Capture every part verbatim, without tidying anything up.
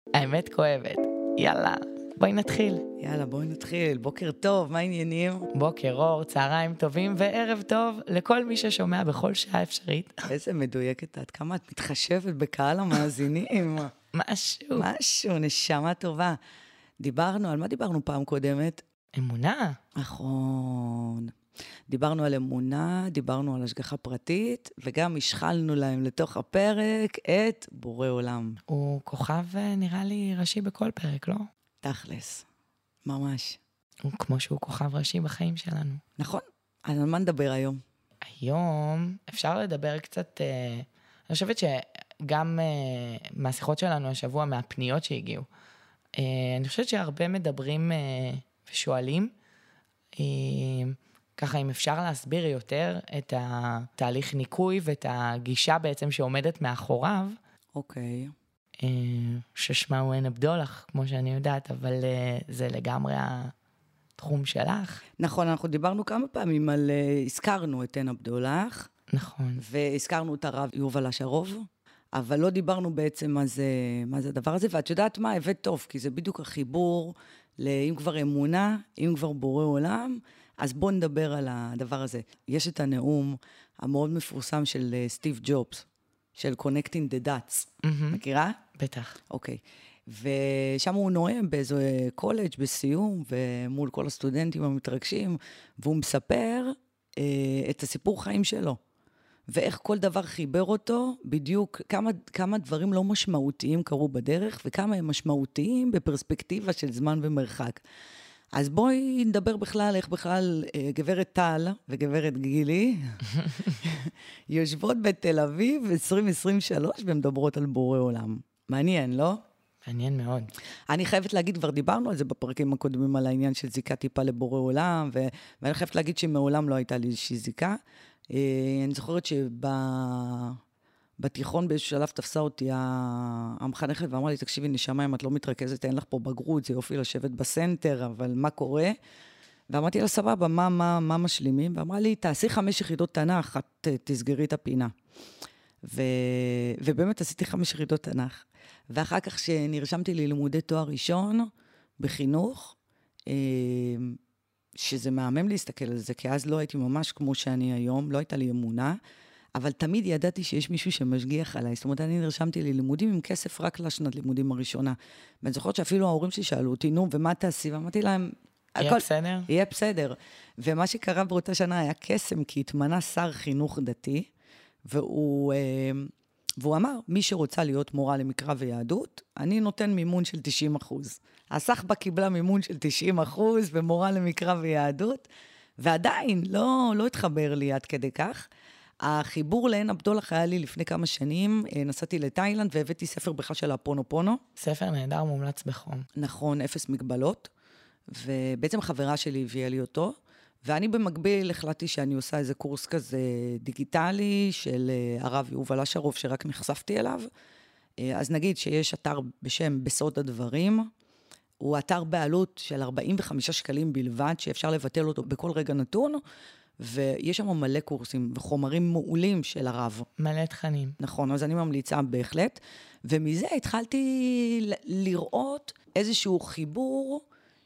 האמת כואבת. יאללה, בואי נתחיל. יאללה, בואי נתחיל. בוקר טוב, מה העניינים? בוקר אור, צהריים טובים וערב טוב לכל מי ששומע בכל שעה אפשרית. איזה מדויקת את, כמה את מתחשבת בקהל המאזינים. משהו. משהו, נשמה טובה. דיברנו, על מה דיברנו פעם קודמת? אמונה. נכון. דיברנו על אמונה, דיברנו על השגחה פרטית, וגם השחלנו להם לתוך הפרק את בורא עולם. הוא כוכב נראה לי ראשי בכל פרק, לא? תכלס, ממש. הוא כמו שהוא כוכב ראשי בחיים שלנו. נכון. אז על מה נדבר היום? היום אפשר לדבר קצת, אה, אני חושבת שגם אה, מהשיחות שלנו השבוע, מהפניות שהגיעו, אה, אני חושבת שהרבה מדברים אה, ושואלים, אה, ככה אם אפשר להסביר יותר את התהליך ניקוי ואת הגישה בעצם שעומדת מאחוריו. אוקיי. אה, ששמה הוא עין הבדולח, כמו שאני יודעת, אבל אה, זה לגמרי התחום שלך. נכון, אנחנו דיברנו כמה פעמים על, uh, הזכרנו את עין הבדולח, נכון. והזכרנו את הרב יובל אשרוב, אבל לא דיברנו בעצם מה זה, מה זה הדבר הזה, ואת יודעת מה? הבאת טוב, כי זה בדיוק החיבור, אם כבר אמונה, אם כבר בורא עולם, אז בואו נדבר על הדבר הזה. יש את הנאום המאוד מפורסם של uh, סטיב ג'ובס, של Connecting the Dots. Mm-hmm. מכירה? בטח. אוקיי. ושם הוא נואם באיזו קולג' בסיום, ומול כל הסטודנטים המתרגשים, והוא מספר אה, את הסיפור חיים שלו. ואיך כל דבר חיבר אותו, בדיוק כמה, כמה דברים לא משמעותיים קרו בדרך, וכמה הם משמעותיים בפרספקטיבה של זמן ומרחק. אז בואי נדבר בכלל, איך בכלל אה, גברת טל וגברת גילי, יושבות בתל אביב עשרים עשרים ושלוש, ומדברות על בורא עולם. מעניין, לא? מעניין מאוד. אני חייבת להגיד, כבר דיברנו על זה בפרקים הקודמים, על העניין של זיקה טיפה לבורא עולם, ו... ואני חייבת להגיד שמעולם לא הייתה לי איזושהי זיקה. אני זוכרת שבתיכון באיזשהו שלב תפסה אותי המחנכת, ואמרה לי, תקשיבי, נשמה, אם את לא מתרכזת, אין לך פה בגרות, זה יופי לשבת בסנטר, אבל מה קורה? ואמרתי לה, סבבה, מה, מה, מה משלימים? ואמרה לי, תעשי חמש יחידות תנ"ך, את תסגרי את הפינה. ו... ובאמת עשיתי חמש יחידות תנ"ך. ואחר כך שנרשמתי ללימודי תואר ראשון בחינוך, שזה מהמם להסתכל על זה, כי אז לא הייתי ממש כמו שאני היום, לא הייתה לי אמונה, אבל תמיד ידעתי שיש מישהו שמשגיח עליי. זאת אומרת, אני נרשמתי ללימודים עם כסף רק לשנת לימודים הראשונה. ואני זוכרת שאפילו ההורים שלי שאלו אותי, נו, ומה תעשי? ואמרתי להם, יהיה בסדר? יהיה בסדר. ומה שקרה באותה שנה היה קסם, כי התמנה שר חינוך דתי, והוא... והוא אמר, מי שרוצה להיות מורה למקרא ויהדות, אני נותן מימון של תשעים אחוז. הסחבא קיבלה מימון של תשעים אחוז ומורה למקרא ויהדות, ועדיין לא, לא התחבר לי עד כדי כך. החיבור לעין הבדולח היה לי לפני כמה שנים, נסעתי לתאילנד והבאתי ספר בכלל של הפונופונו. ספר נהדר מומלץ בחום. נכון, אפס מגבלות, ובעצם חברה שלי הביאה לי אותו, ואני במקביל החלטתי שאני עושה איזה קורס כזה דיגיטלי של הרב יובל אשרוב שרק נחשפתי אליו. אז נגיד שיש אתר בשם בסוד הדברים, הוא אתר בעלות של ארבעים וחמישה שקלים בלבד, שאפשר לבטל אותו בכל רגע נתון, ויש שם מלא קורסים וחומרים מעולים של הרב. מלא תכנים. נכון, אז אני ממליצה בהחלט, ומזה התחלתי לראות איזשהו חיבור,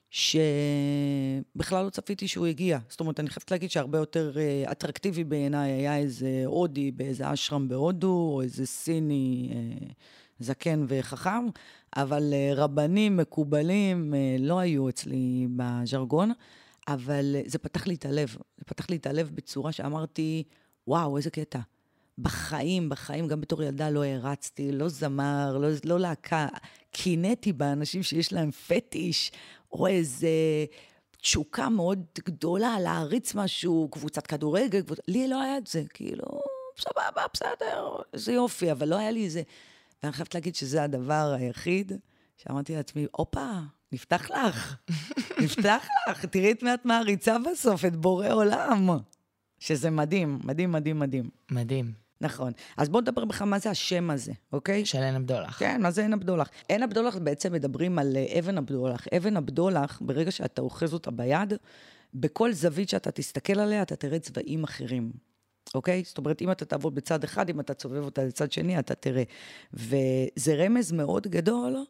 שבכלל לא צפיתי שהוא הגיע. זאת אומרת, אני חייבת להגיד שהרבה יותר אטרקטיבי בעיניי היה איזה הודי באיזה אשרם בהודו, או איזה סיני זקן וחכם, אבל רבנים מקובלים לא היו אצלי בז'רגון, אבל זה פתח לי את הלב. זה פתח לי את הלב בצורה שאמרתי, וואו, איזה קטע. בחיים, בחיים, גם בתור ילדה לא הרצתי, לא זמר, לא, לא להקה, קינאתי באנשים שיש להם פטיש, או איזה תשוקה מאוד גדולה להריץ משהו, קבוצת כדורגל, קבוצ... לי לא היה את זה, כאילו, סבבה, בסדר, זה יופי, אבל לא היה לי איזה, ואני חייבת להגיד שזה הדבר היחיד, שאמרתי לעצמי, אופה, נפתח לך, נפתח לך, תראי את מעט מעריצה בסוף, את בורא עולם, שזה מדהים, מדהים, מדהים, מדהים. מדהים. נכון. אז בואו נדבר בכלל מה זה השם הזה, אוקיי? של עין הבדולח. כן, מה זה עין הבדולח? עין הבדולח בעצם מדברים על אבן הבדולח. אבן הבדולח, ברגע שאתה אוחז אותה ביד, בכל זווית שאתה תסתכל עליה, אתה תראה צבעים אחרים. אוקיי? זאת אומרת, אם אתה תעבוד בצד אחד, אם אתה צובב אותה לצד שני, אתה תראה. וזה רמז מאוד גדול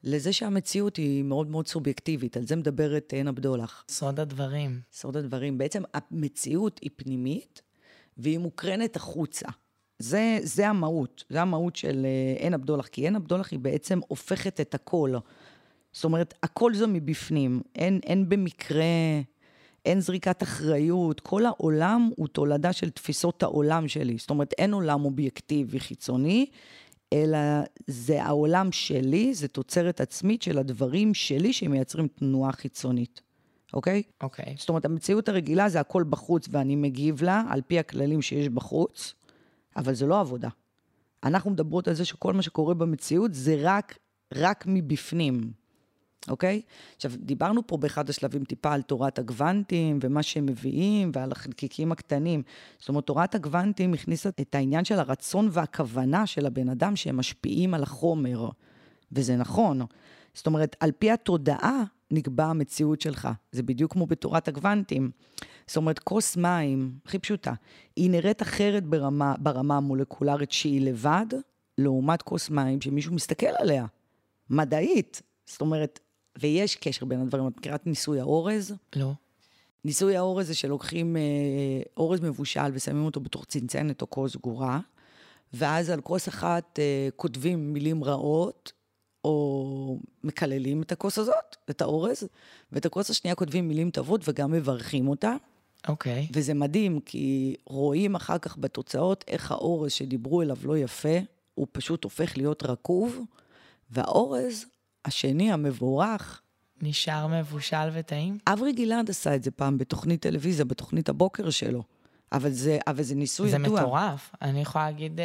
לזה שהמציאות היא מאוד מאוד סובייקטיבית, על זה מדברת עין הבדולח. סוד הדברים. סוד הדברים. בעצם המציאות היא פנימית, והיא מוקרנת החוצה. זה, זה המהות, זה המהות של עין הבדולח, כי עין הבדולח היא בעצם הופכת את הכל. זאת אומרת, הכל זה מבפנים, אין, אין במקרה, אין זריקת אחריות, כל העולם הוא תולדה של תפיסות העולם שלי, זאת אומרת, אין עולם אובייקטיבי חיצוני, אלא זה העולם שלי, זה תוצרת עצמית של הדברים שלי שמייצרים תנועה חיצונית, אוקיי? אוקיי. זאת אומרת, המציאות הרגילה זה הכל בחוץ, ואני מגיב לה על פי הכללים שיש בחוץ, אבל זה לא עבודה. אנחנו מדברות על זה שכל מה שקורה במציאות זה רק, רק מבפנים, אוקיי? עכשיו, דיברנו פה באחד השלבים טיפה על תורת הגוונטים, ומה שהם מביאים, ועל החלקיקים הקטנים. זאת אומרת, תורת הגוונטים הכניסה את העניין של הרצון והכוונה של הבן אדם, שהם משפיעים על החומר. וזה נכון. זאת אומרת, על פי התודעה נקבע המציאות שלך. זה בדיוק כמו בתורת הגוונטים. זאת אומרת, כוס מים, הכי פשוטה, היא נראית אחרת ברמה, ברמה המולקולרית שהיא לבד, לעומת כוס מים שמישהו מסתכל עליה. מדעית. זאת אומרת, ויש קשר בין הדברים. את מכירה את ניסוי האורז? לא. ניסוי האורז זה שלוקחים אה, אורז מבושל ושמים אותו בתוך צנצנת או כוס סגורה, ואז על כוס אחת אה, כותבים מילים רעות, או מקללים את הכוס הזאת, את האורז, ואת הכוס השנייה כותבים מילים טובות וגם מברכים אותה. אוקיי. וזה מדהים, כי רואים אחר כך בתוצאות איך האורז שדיברו אליו לא יפה, הוא פשוט הופך להיות רקוב, והאורז השני המבורך, נשאר מבושל וטעים? אברי גלעד עשה את זה פעם בתוכנית טלוויזיה, בתוכנית הבוקר שלו. אבל זה, אבל זה ניסוי זה ידוע. מטורף. אני יכולה להגיד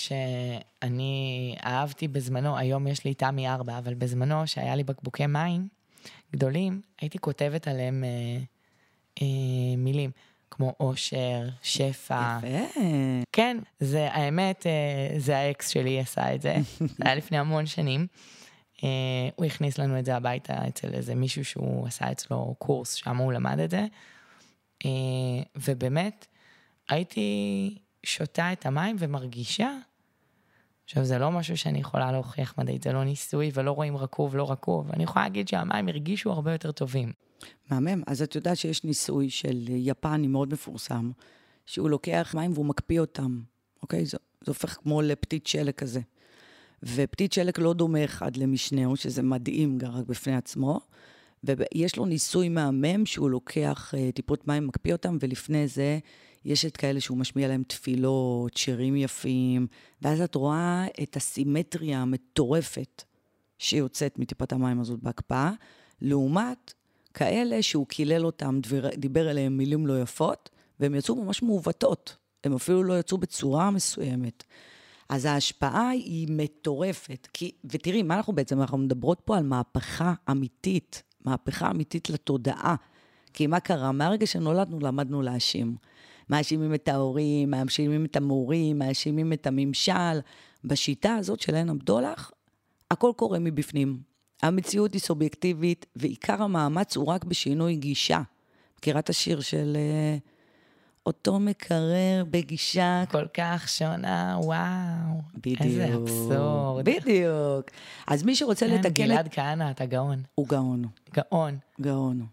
שאני אהבתי בזמנו, היום יש לי תמי ארבע, אבל בזמנו שהיה לי בקבוקי מים גדולים, הייתי כותבת עליהם אה, אה, מילים, כמו אושר, שפע. יפה. כן, זה האמת, אה, זה האקס שלי עשה את זה. זה היה לפני המון שנים. Uh, הוא הכניס לנו את זה הביתה אצל איזה מישהו שהוא עשה אצלו קורס, שם הוא למד את זה. Uh, ובאמת, הייתי שותה את המים ומרגישה, עכשיו זה לא משהו שאני יכולה להוכיח מדעית, זה לא ניסוי ולא רואים רקוב, לא רקוב. אני יכולה להגיד שהמים הרגישו הרבה יותר טובים. מהמם, אז את יודעת שיש ניסוי של יפני מאוד מפורסם, שהוא לוקח מים והוא מקפיא אותם, אוקיי? זה, זה הופך כמו לפתית שלג כזה. ופתית שלג לא דומה אחד למשנהו, שזה מדהים גם רק בפני עצמו, ויש לו ניסוי מהמם שהוא לוקח טיפות מים, מקפיא אותם, ולפני זה יש את כאלה שהוא משמיע להם תפילות, שירים יפים, ואז את רואה את הסימטריה המטורפת שיוצאת מטיפת המים הזאת בהקפאה, לעומת כאלה שהוא קילל אותם, דבר, דיבר עליהם מילים לא יפות, והם יצאו ממש מעוותות, הם אפילו לא יצאו בצורה מסוימת. אז ההשפעה היא מטורפת, כי, ותראי, מה אנחנו בעצם, אנחנו מדברות פה על מהפכה אמיתית, מהפכה אמיתית לתודעה, כי מה קרה? מהרגע שנולדנו, למדנו להאשים. מאשימים את ההורים, מאשימים את המורים, מאשימים את הממשל. בשיטה הזאת של עין הבדולח, הכל קורה מבפנים. המציאות היא סובייקטיבית, ועיקר המאמץ הוא רק בשינוי גישה. מכירה את השיר של אותו מקרר בגישה כל כך שונה, וואו. בדיוק. איזה אבסורד. בדיוק. אז מי שרוצה לתקן... גלעד כהנא, אתה גאון. הוא גאון. גאון. גאון.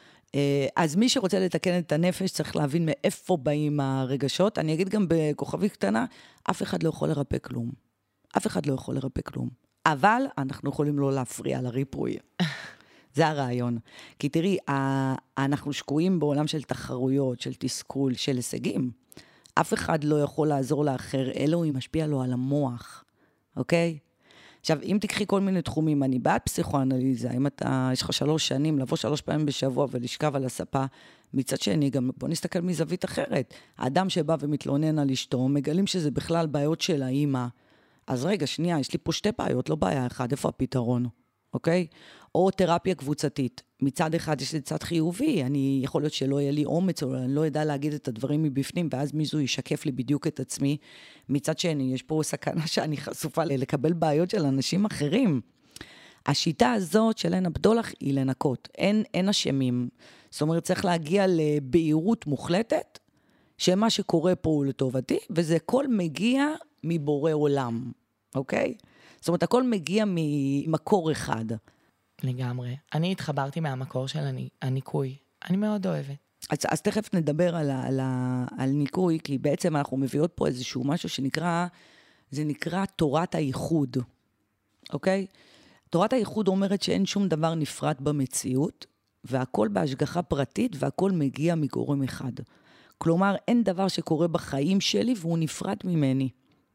אז מי שרוצה לתקן את הנפש, צריך להבין מאיפה באים הרגשות. אני אגיד גם בכוכבית קטנה, אף אחד לא יכול לרפא כלום. אף אחד לא יכול לרפא כלום. אבל אנחנו יכולים לא להפריע לריפוי. זה הרעיון. כי תראי, אנחנו שקועים בעולם של תחרויות, של תסכול, של הישגים. אף אחד לא יכול לעזור לאחר, אלו היא משפיע לו על המוח. אוקיי? עכשיו, אם תקחי כל מיני תחומים, אני בעד פסיכואנליזה, אם אתה, יש לך שלוש שנים, לבוא שלוש פעמים בשבוע ולשכב על הספה, מצד שני, גם בוא נסתכל מזווית אחרת. האדם שבא ומתלונן על אשתו, מגלים שזה בכלל בעיות של האמא. אז רגע, שנייה, יש לי פה שתי בעיות, לא בעיה אחד, איפה הפתרון? אוקיי? או תרפיה קבוצתית. מצד אחד יש לי צד חיובי, אני יכול להיות שלא יהיה לי אומץ, או אני לא ידע להגיד את הדברים מבפנים, ואז מישהו ישקף לי בדיוק את עצמי. מצד שני, יש פה סכנה שאני חשופה לקבל בעיות של אנשים אחרים. השיטה הזאת של עין הבדולח היא לנקות. אין, אין אשמים. זאת אומרת, צריך להגיע לבהירות מוחלטת, שמה שקורה פה הוא לטובתי, וזה כל מגיע מבורא עולם. אוקיי? זאת אומרת, הכל מגיע ממקור אחד. לגמרי. אני התחברתי מהמקור של הניקוי. אני מאוד אוהבת. אז, אז תכף נדבר על, ה, על, ה, על ניקוי, כי בעצם אנחנו מביאות פה איזשהו משהו שנקרא, זה נקרא תורת הייחוד, אוקיי? תורת הייחוד אומרת שאין שום דבר נפרד במציאות, והכל בהשגחה פרטית, והכל מגיע מגורם אחד. כלומר, אין דבר שקורה בחיים שלי, והוא נפרד ממני.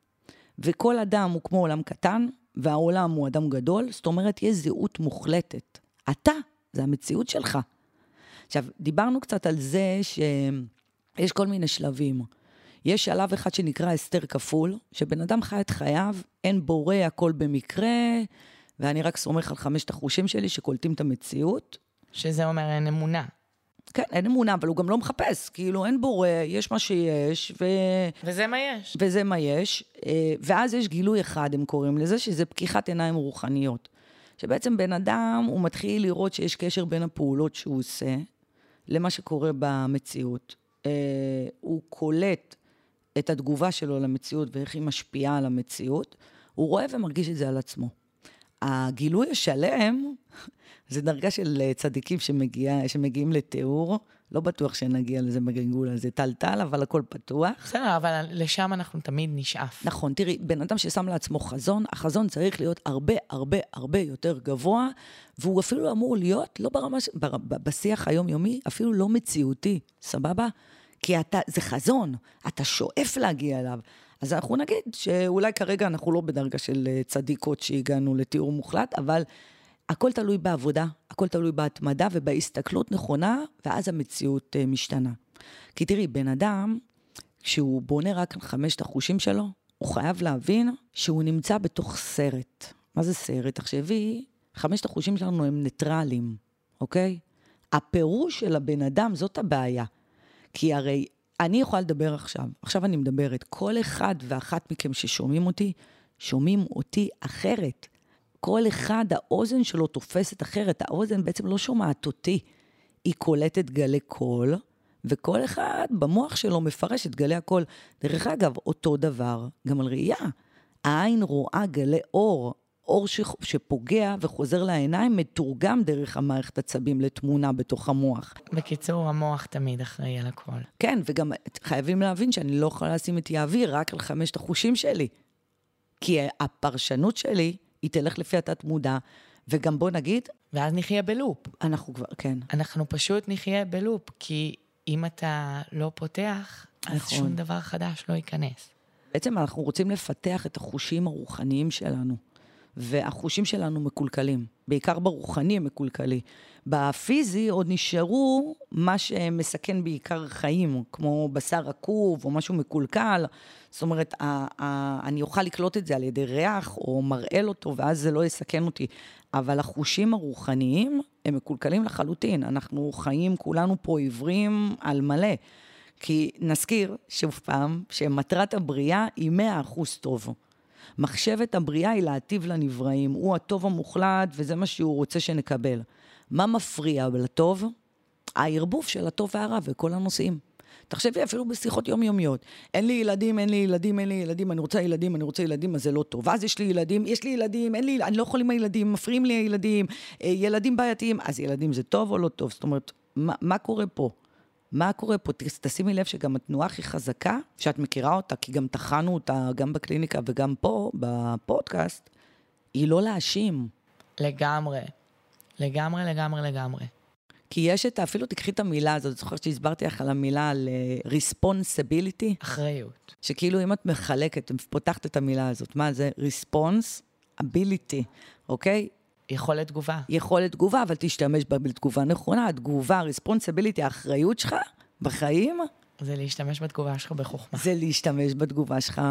וכל אדם הוא כמו עולם קטן, והעולם הוא אדם גדול, זאת אומרת, יש זהות מוחלטת. אתה, זה המציאות שלך. עכשיו, דיברנו קצת על זה שיש כל מיני שלבים. יש שלב אחד שנקרא אסתר כפול, שבן אדם חי את חייו, אין בורא הכל במקרה, ואני רק סומך על חמשת החושים שלי שקולטים את המציאות. שזה אומר אין אמונה. כן, אין אמונה, אבל הוא גם לא מחפש. כאילו, אין בורא, יש מה שיש, ו... וזה מה יש. וזה מה יש. ואז יש גילוי אחד, הם קוראים לזה, שזה פקיחת עיניים רוחניות. שבעצם בן אדם, הוא מתחיל לראות שיש קשר בין הפעולות שהוא עושה, למה שקורה במציאות. הוא קולט את התגובה שלו למציאות, ואיך היא משפיעה על המציאות. הוא רואה ומרגיש את זה על עצמו. הגילוי השלם, זה דרגה של צדיקים שמגיע, שמגיעים לתיאור, לא בטוח שנגיע לזה בגלגול הזה, טלטל, אבל הכל פתוח. בסדר, אבל לשם אנחנו תמיד נשאף. נכון, תראי, בן אדם ששם לעצמו חזון, החזון צריך להיות הרבה, הרבה, הרבה יותר גבוה, והוא אפילו אמור להיות, לא ברמה, בשיח היומיומי, אפילו לא מציאותי, סבבה? כי אתה, זה חזון, אתה שואף להגיע אליו. אז אנחנו נגיד שאולי כרגע אנחנו לא בדרגה של צדיקות שהגענו לתיאור מוחלט, אבל הכל תלוי בעבודה, הכל תלוי בהתמדה ובהסתכלות נכונה, ואז המציאות משתנה. כי תראי, בן אדם, כשהוא בונה רק על חמשת החושים שלו, הוא חייב להבין שהוא נמצא בתוך סרט. מה זה סרט? תחשבי, חמשת החושים שלנו הם ניטרלים, אוקיי? הפירוש של הבן אדם, זאת הבעיה. כי הרי אני יכולה לדבר עכשיו, עכשיו אני מדברת, כל אחד ואחת מכם ששומעים אותי, שומעים אותי אחרת. כל אחד, האוזן שלו תופסת אחרת, האוזן בעצם לא שומעת אותי, היא קולטת גלי קול, וכל אחד במוח שלו מפרש את גלי הקול. דרך אגב, אותו דבר, גם על ראייה. העין רואה גלי אור, אור שפוגע וחוזר לעיניים, מתורגם דרך המערכת עצבים לתמונה בתוך המוח. בקיצור, המוח תמיד אחראי על הכל. כן, וגם חייבים להבין שאני לא יכולה לשים את יעביר רק על חמשת החושים שלי. כי הפרשנות שלי, היא תלך לפי התת מודע, וגם בוא נגיד... ואז נחיה בלופ. אנחנו כבר, כן. אנחנו פשוט נחיה בלופ, כי אם אתה לא פותח, אז נכון. שום דבר חדש לא ייכנס. בעצם אנחנו רוצים לפתח את החושים הרוחניים שלנו, והחושים שלנו מקולקלים. בעיקר ברוחני הם מקולקלי. בפיזי עוד נשארו מה שמסכן בעיקר חיים, כמו בשר עקוב או משהו מקולקל. זאת אומרת, אני אוכל לקלוט את זה על ידי ריח או מראה אותו, ואז זה לא יסכן אותי. אבל החושים הרוחניים הם מקולקלים לחלוטין. אנחנו חיים כולנו פה עיוורים על מלא. כי נזכיר שוב פעם שמטרת הבריאה היא מאה אחוז טוב. מחשבת הבריאה היא להטיב לנבראים, הוא הטוב המוחלט וזה מה שהוא רוצה שנקבל. מה מפריע לטוב? הערבוב של הטוב והרע וכל הנושאים. תחשבי אפילו בשיחות יומיומיות, אין לי ילדים, אין לי ילדים, אין לי ילדים, אני רוצה ילדים, אני רוצה ילדים, אז זה לא טוב. אז יש לי ילדים, יש לי ילדים, אין לי, אני לא יכול עם הילדים, מפריעים לי הילדים, ילדים בעייתיים, אז ילדים זה טוב או לא טוב? זאת אומרת, מה, מה קורה פה? מה קורה פה? תשימי לב שגם התנועה הכי חזקה, שאת מכירה אותה, כי גם תחנו אותה גם בקליניקה וגם פה, בפודקאסט, היא לא להאשים. לגמרי. לגמרי, לגמרי, לגמרי. כי יש את, אפילו תקחי את המילה הזאת, זוכרת שהסברתי לך על המילה, על responsibility. אחריות. שכאילו אם את מחלקת, פותחת את המילה הזאת, מה זה? responsibility, אוקיי? יכולת תגובה. יכולת תגובה, אבל תשתמש בתגובה נכונה. התגובה, responsibility, האחריות שלך בחיים. זה להשתמש בתגובה שלך בחוכמה. זה להשתמש בתגובה שלך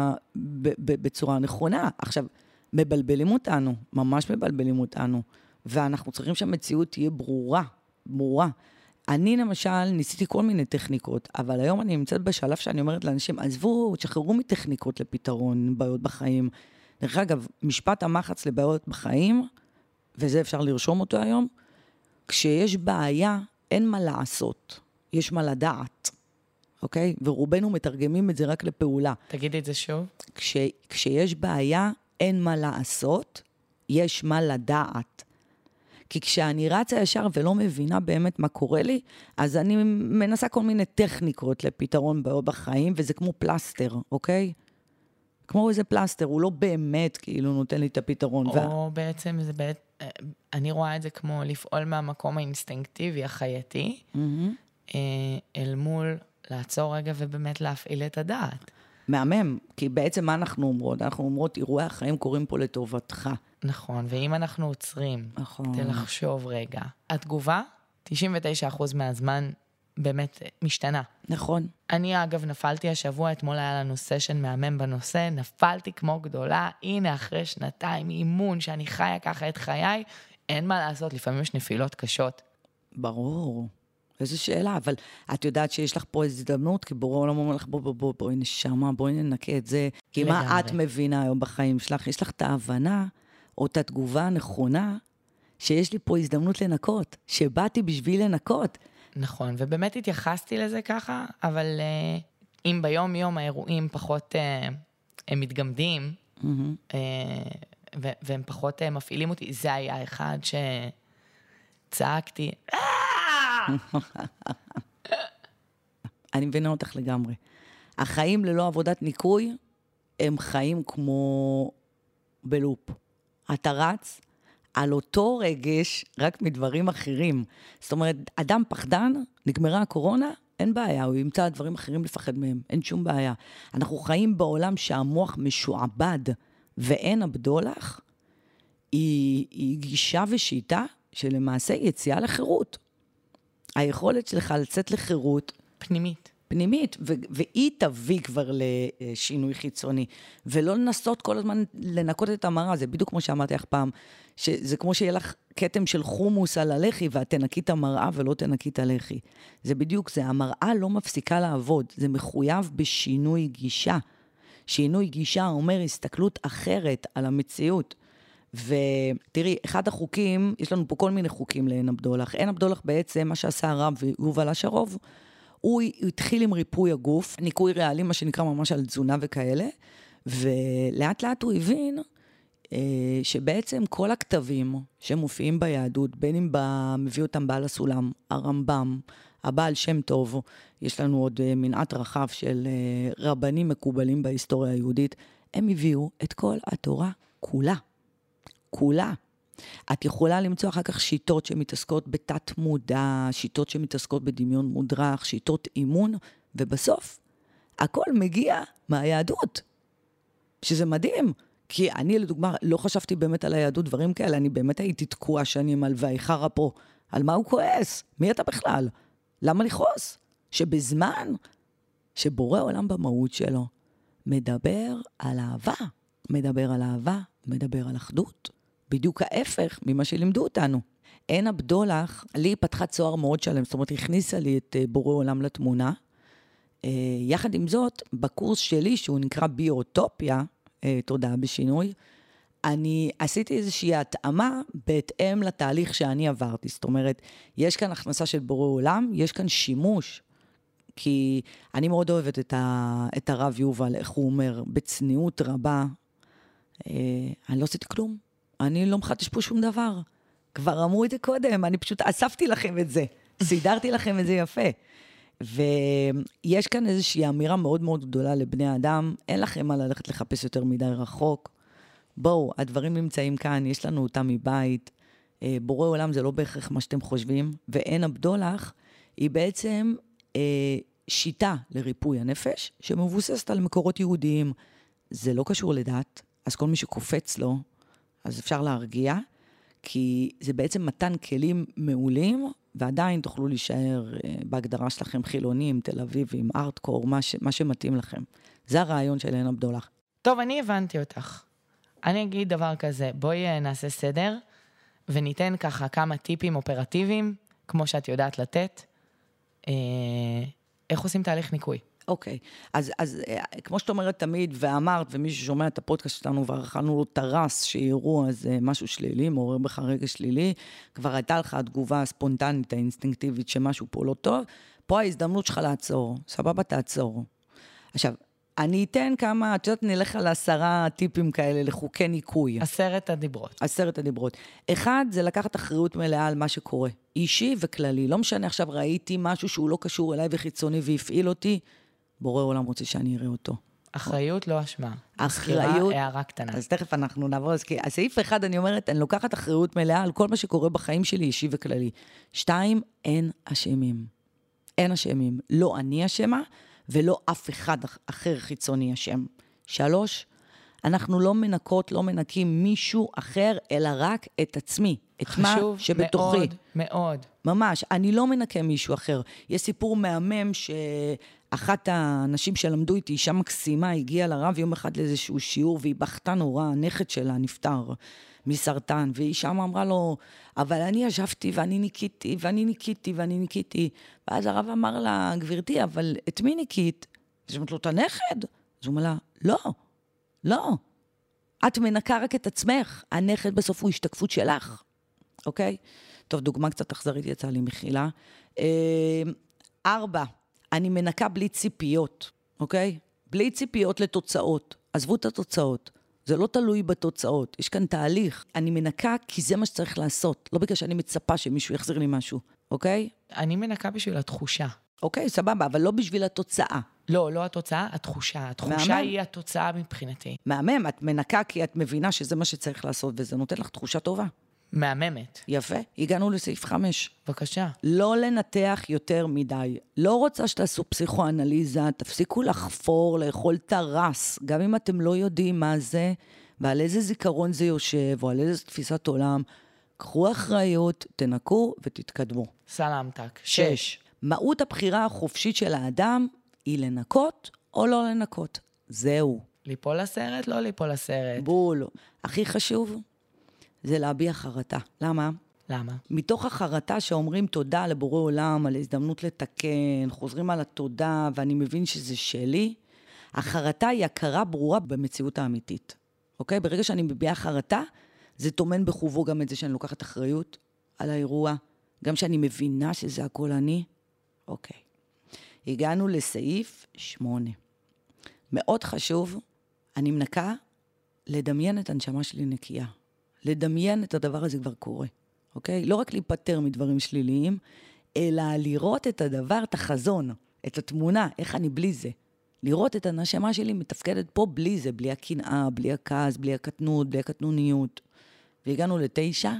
בצורה נכונה. עכשיו, מבלבלים אותנו, ממש מבלבלים אותנו, ואנחנו צריכים שהמציאות תהיה ברורה, ברורה. אני למשל ניסיתי כל מיני טכניקות, אבל היום אני נמצאת בשלב שאני אומרת לאנשים, עזבו, תשחררו מטכניקות לפתרון בעיות בחיים. דרך אגב, משפט המחץ לבעיות בחיים, וזה אפשר לרשום אותו היום, כשיש בעיה, אין מה לעשות, יש מה לדעת, אוקיי? ורובנו מתרגמים את זה רק לפעולה. תגידי את זה שוב. כש, כשיש בעיה, אין מה לעשות, יש מה לדעת. כי כשאני רצה ישר ולא מבינה באמת מה קורה לי, אז אני מנסה כל מיני טכניקות לפתרון בחיים, וזה כמו פלסטר, אוקיי? כמו איזה פלסטר, הוא לא באמת כאילו נותן לי את הפתרון. או וה... בעצם זה בעצם, אני רואה את זה כמו לפעול מהמקום האינסטינקטיבי, החייתי, Mm-hmm. אל מול לעצור רגע ובאמת להפעיל את הדעת. מהמם, כי בעצם מה אנחנו אומרות? אנחנו אומרות, אירועי החיים קורים פה לטובתך. נכון, ואם אנחנו עוצרים, נכון. כדי לחשוב רגע, התגובה, תשעים ותשעה אחוז מהזמן באמת משתנה. נכון. אני אגב נפלתי השבוע, אתמול היה לנו סשן מהמם בנושא, נפלתי כמו גדולה, הנה אחרי שנתיים אימון שאני חיה ככה את חיי, אין מה לעשות, לפעמים יש נפילות קשות. ברור. איזו שאלה, אבל את יודעת שיש לך פה איזו הזדמנות, כי בורא עולם אומר לך, בוא, בוא, בוא, בואי נשמה, בואי ננקה את זה. כי לגמרי. מה את מבינה היום בחיים שלך? יש לך את ההבנה, או את התגובה הנכונה, שיש לי פה הזדמנות לנקות, שבאתי בשביל לנקות. נכון, ובאמת התייחסתי לזה ככה, אבל uh, אם ביום יום האירועים פחות, uh, הם מתגמדים, mm-hmm. uh, ו- והם פחות uh, מפעילים אותי, זה היה אחד שצעקתי, אני מבינה אותך לגמרי. החיים ללא עבודת ניקוי, הם חיים כמו בלופ. אתה רץ על אותו רגש, רק מדברים אחרים. זאת אומרת, אדם פחדן, נגמרה הקורונה, אין בעיה, הוא ימצא דברים אחרים לפחד מהם, אין שום בעיה. אנחנו חיים בעולם שהמוח משועבד, ואין הבדולח, היא, היא גישה ושיטה שלמעשה יציאה לחירות. היכולת שלך לצאת לחירות פנימית. פנימית, ו- והיא תביא כבר לשינוי חיצוני, ולא לנסות כל הזמן לנקות את המראה, זה בדיוק כמו שאמרתי לך פעם, שזה כמו שיהיה לך כתם של חומוס על הלחי, ואת תנקי את המראה ולא תנקי את הלחי. זה בדיוק זה, המראה לא מפסיקה לעבוד, זה מחויב בשינוי גישה. שינוי גישה אומר הסתכלות אחרת על המציאות. ותראי, אחד החוקים, יש לנו פה כל מיני חוקים לעין הבדולח. עין הבדולח בעצם, מה שעשה הרב יובל אשרוב, הוא התחיל עם ריפוי הגוף, ניקוי ריאלי, מה שנקרא ממש על תזונה וכאלה, ולאט לאט הוא הבין אה, שבעצם כל הכתבים שמופיעים ביהדות, בין אם מביא אותם בעל הסולם, הרמב"ם, הבעל שם טוב, יש לנו עוד אה, מנעט רחב של אה, רבנים מקובלים בהיסטוריה היהודית, הם הביאו את כל התורה כולה. כולה. את יכולה למצוא אחר כך שיטות שמתעסקות בתת מודע, שיטות שמתעסקות בדמיון מודרך, שיטות אימון, ובסוף הכל מגיע מהיהדות. שזה מדהים, כי אני לדוגמה לא חשבתי באמת על היהדות דברים כאלה, אני באמת הייתי תקוע שנים על והיחרה פה. על מה הוא כועס? מי אתה בכלל? למה לכעוס? שבזמן שבורא עולם במהות שלו מדבר על אהבה, מדבר על אהבה, מדבר על אחדות. בדיוק ההפך ממה שלימדו אותנו. עין הבדולח, לי פתחה צוהר מאוד שלם, זאת אומרת, הכניסה לי את בורא עולם לתמונה. יחד עם זאת, בקורס שלי, שהוא נקרא ביוטופיה, תודעה בשינוי, אני עשיתי איזושהי התאמה בהתאם לתהליך שאני עברתי. זאת אומרת, יש כאן הכנסה של בורא עולם, יש כאן שימוש, כי אני מאוד אוהבת את, ה, את הרב יובל, איך הוא אומר, בצניעות רבה, אני לא עשיתי כלום. אני לא מחדש פה שום דבר. כבר אמרו את זה קודם, אני פשוט אספתי לכם את זה. סידרתי לכם את זה יפה. ויש כאן איזושהי אמירה מאוד מאוד גדולה לבני האדם, אין לכם מה ללכת לחפש יותר מדי רחוק. בואו, הדברים נמצאים כאן, יש לנו אותם מבית. בורא עולם זה לא בהכרח מה שאתם חושבים, ועין הבדולח היא בעצם אה, שיטה לריפוי הנפש, שמבוססת על מקורות יהודיים. זה לא קשור לדת, אז כל מי שקופץ לו, אז אפשר להרגיע, כי זה בעצם מתן כלים מעולים, ועדיין תוכלו להישאר בהגדרה שלכם חילונים, תל אביבים, ארטקור, מה, ש, מה שמתאים לכם. זה הרעיון של עין הבדולח. טוב, אני הבנתי אותך. אני אגיד דבר כזה, בואי נעשה סדר, וניתן ככה כמה טיפים אופרטיביים, כמו שאת יודעת לתת, אה, איך עושים תהליך ניקוי. אוקיי, אז, אז כמו שאת אומרת תמיד, ואמרת, ומי ששומע את הפודקאסט שלנו, וערכנו לו תרס, שיראו אז משהו שלילי, מעורר בך רגע שלילי, כבר הייתה לך התגובה הספונטנית, האינסטינקטיבית, שמשהו פה לא טוב, פה ההזדמנות שלך לעצור, סבבה תעצור. עכשיו, אני אתן כמה, את יודעת, נלך על עשרה טיפים כאלה לחוקי ניקוי. עשרת הדיברות. עשרת הדיברות. אחד, זה לקחת אחריות מלאה על מה שקורה. אישי וכללי. לא משנה, עכשיו ראיתי משהו שהוא לא קשור אליי וחיצוני והפעיל אותי, בורא עולם רוצה שאני אראה אותו. אחריות לא אשמה. אחריות. הערה קטנה. אז תכף אנחנו נעבור, אז כי הסעיף אחד, אני אומרת, אני לוקחת אחריות מלאה על כל מה שקורה בחיים שלי, אישי וכללי. שתיים, אין אשמים. אין אשמים. לא אני אשמה, ולא אף אחד אחר חיצוני אשם. שלוש, אנחנו לא מנקות, לא מנקים מישהו אחר, אלא רק את עצמי. את מה שבתוכי. חשוב מאוד, מאוד. ממש, אני לא מנקה מישהו אחר. יש סיפור מהמם שאחת האנשים שלמדו איתי, אישה מקסימה, הגיעה לרב יום אחד לאיזשהו שיעור, והיא בכתה נורא, הנכד שלה נפטר מסרטן, והיא שם אמרה לו, אבל אני ישבתי ואני ניקיתי, ואני ניקיתי, ואני ניקיתי. ואז הרב אמר לה, גברתי, אבל את מי ניקית? אז היא אומרת לו, את הנכד? אז הוא אומר לה, לא, לא. את מנקה רק את עצמך. הנכד בסוף הוא השתקפות שלך. אוקיי? טוב, דוגמה קצת אכזרית יצאה לי מחילה. ארבע, אני מנקה בלי ציפיות, אוקיי? בלי ציפיות לתוצאות. עזבו את התוצאות. זה לא תלוי בתוצאות. יש כאן תהליך. אני מנקה כי זה מה שצריך לעשות. לא בגלל שאני מצפה שמישהו יחזיר לי משהו, אוקיי? אני מנקה בשביל התחושה. אוקיי, סבבה, אבל לא בשביל התוצאה. לא, לא התוצאה, התחושה. התחושה היא התוצאה מבחינתי. מהמם, את מנקה כי את מבינה שזה מה שצריך לעשות, וזה נותן לך תחושה טובה. מהממת. יפה, הגענו לסעיף חמש. בבקשה. לא לנתח יותר מדי. לא רוצה שתעשו פסיכואנליזה, תפסיקו לחפור, לאכול תרס, גם אם אתם לא יודעים מה זה, ועל איזה זיכרון זה יושב, או על איזה תפיסת עולם. קחו אחריות, תנקו ותתקדמו. סלמתק. שש. מהות הבחירה החופשית של האדם היא לנקות או לא לנקות. זהו. ליפול לסרט, לא ליפול לסרט. בול. הכי חשוב זה להביע חרטה. למה? למה? מתוך החרטה שאומרים תודה לבורא עולם, על הזדמנות לתקן, חוזרים על התודה, ואני מבין שזה שלי, החרטה היא הכרה ברורה במציאות האמיתית. אוקיי? ברגע שאני מביעה חרטה, זה תומן בחובו גם את זה שאני לוקחת אחריות על האירוע, גם שאני מבינה שזה הכל אני. אוקיי. הגענו לסעיף שמונה. מאוד חשוב, אני מנקה לדמיין את הנשמה שלי נקייה. לדמיין את הדבר הזה כבר קורה. אוקיי? לא רק להיפטר מדברים שליליים, אלא לראות את הדבר, את החזון, את התמונה, איך אני בלי זה. לראות את הנשמה שלי מתפקדת פה בלי זה, בלי הקנאה, בלי הכעס, בלי הקטנות, בלי הקטנוניות. והגענו לתשע.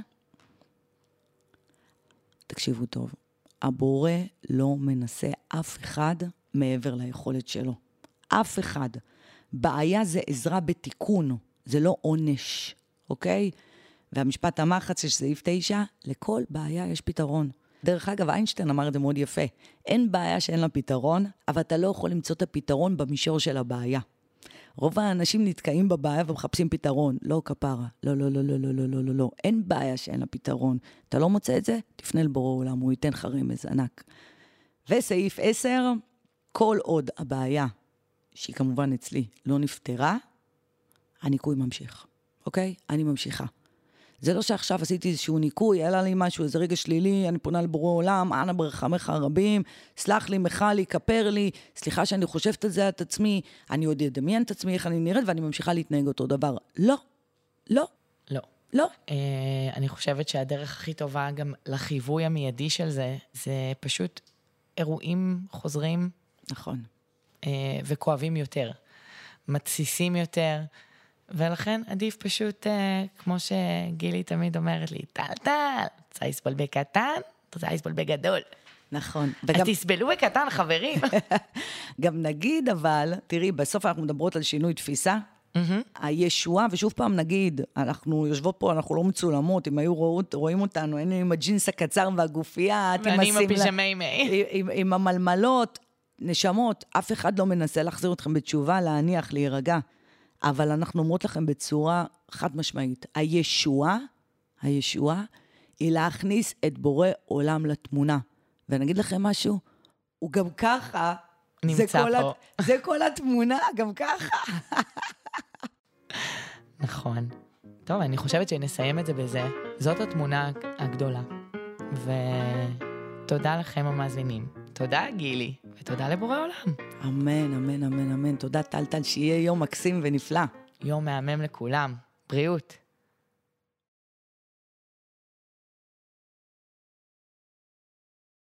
תקשיבו טוב. הבורא לא מנסה אף אחד מעבר ליכולת שלו. אף אחד. בעיה זה עזרה בתיקון, זה לא עונש, אוקיי? והמשפט המחץ של סעיף תשע, לכל בעיה יש פתרון. דרך אגב, איינשטיין אמר את זה מאוד יפה. אין בעיה שאין לה פתרון, אבל אתה לא יכול למצוא את הפתרון במישור של הבעיה. רוב האנשים נתקעים בבעיה ומחפשים פתרון. לא כפרה. לא, לא, לא, לא, לא, לא, לא, לא, לא. אין בעיה שאין לה פתרון. אתה לא מוצא את זה? תפנה לבורא עולם, הוא ייתן לך רמז ענק. וסעיף עשר, כל עוד הבעיה, שהיא כמובן אצלי, לא נפתרה, הניקוי ממשיך. אוקיי? אני ממשיכה. זה לא שעכשיו עשיתי איזשהו ניקוי, היה לי משהו, איזה רגע שלילי, אני פונה לבורא עולם, אנא ברחמך הרבים, סלח לי, מחה לי, כפר לי, סליחה שאני חושבת על זה את עצמי, אני עוד אדמיין את עצמי, איך אני נראית, ואני ממשיכה להתנהג אותו דבר. לא, לא. לא. לא. אה, אני חושבת שהדרך הכי טובה גם לחיווי המיידי של זה, זה פשוט אירועים חוזרים. נכון. אה, וכואבים יותר, מתסיסים יותר, ולכן עדיף פשוט, אה, כמו שגילי תמיד אומרת לי, טל טל, רוצה לסבול בקטן, רוצה לסבול בגדול. נכון. אז וגם... תסבלו בקטן, חברים. גם נגיד, אבל, תראי, בסוף אנחנו מדברות על שינוי תפיסה, mm-hmm. הישועה, ושוב פעם נגיד, אנחנו יושבות פה, אנחנו לא מצולמות, אם היו רואות, רואים אותנו, היינו עם הג'ינס הקצר והגופייה, ואני עם הפיג'מי מי. עם, עם המלמלות, נשמות, אף אחד לא מנסה להחזיר אתכם בתשובה, להניח, להירגע. אבל אנחנו אומרות לכם בצורה חד משמעית, הישועה, הישועה, היא להכניס את בורא עולם לתמונה. ואני אגיד לכם משהו, הוא גם ככה, זה כל, הת... זה כל התמונה, גם ככה. נכון. טוב, אני חושבת שנסיים את זה בזה. זאת התמונה הגדולה. ותודה לכם המאזינים. תודה גילי, ותודה לבורא עולם. אמן, אמן, אמן, אמן. תודה טל טל, שיהיה יום מקסים ונפלא. יום מהמם לכולם. בריאות.